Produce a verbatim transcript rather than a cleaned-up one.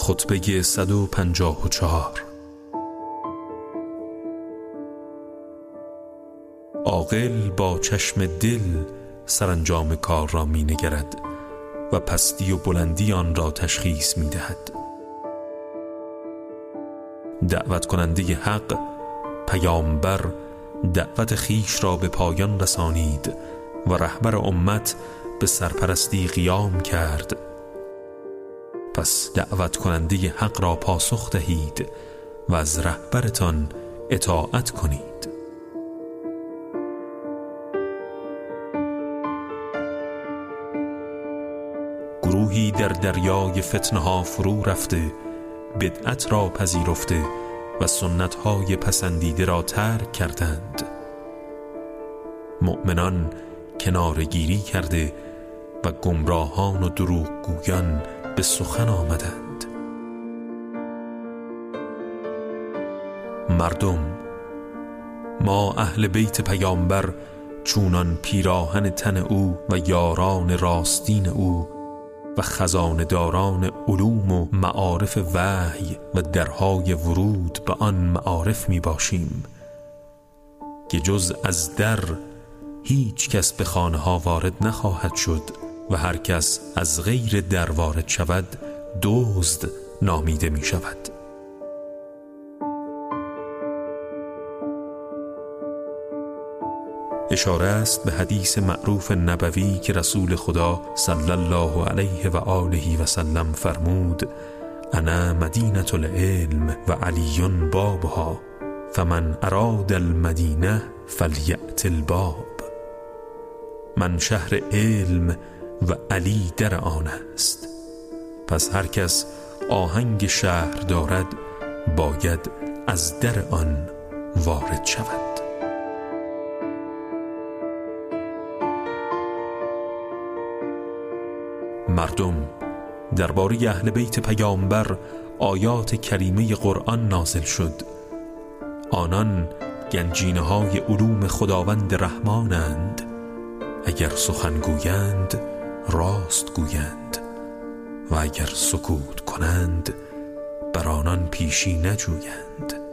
خطبه صد و پنجاه و چهار. عاقل با چشم دل سرانجام کار را می نگرد و پستی و بلندی آن را تشخیص می دهد. دعوت کننده حق پیامبر دعوت خیش را به پایان رسانید و رهبر امت به سرپرستی قیام کرد. پس دعوت کننده حق را پاسخ دهید و از رهبرتان اطاعت کنید. گروهی در دریای فتنه ها فرو رفته، بدعت را پذیرفته و سنت های پسندیده را ترک کردند. مؤمنان کنارگیری کرده و گمراهان و دروغگویان به سخن آمدند. مردم، ما اهل بیت پیامبر چونان پیراهن تن او و یاران راستین او و خزانه داران علوم و معارف وحی و درهای ورود به آن معارف می باشیم که جز از در هیچ کس به خانه ها وارد نخواهد شد و هر کس از غیر در وارد شود دزد نامیده می شود. اشاره است به حدیث معروف نبوی که رسول خدا صلی الله علیه و آله و سلم فرمود: انا مدینة العلم و علی بابها فمن اراد المدینه فلیأت الباب. من شهر علم و علی در آن است، پس هر کس آهنگ شهر دارد باید از در آن وارد شود. مردم، درباره اهل بیت پیامبر آیات کریمه قرآن نازل شد. آنان گنجینه های علوم خداوند رحمانند، اگر سخن گویند راست گویند و اگر سکوت کنند بر آنان پیشی نجویند.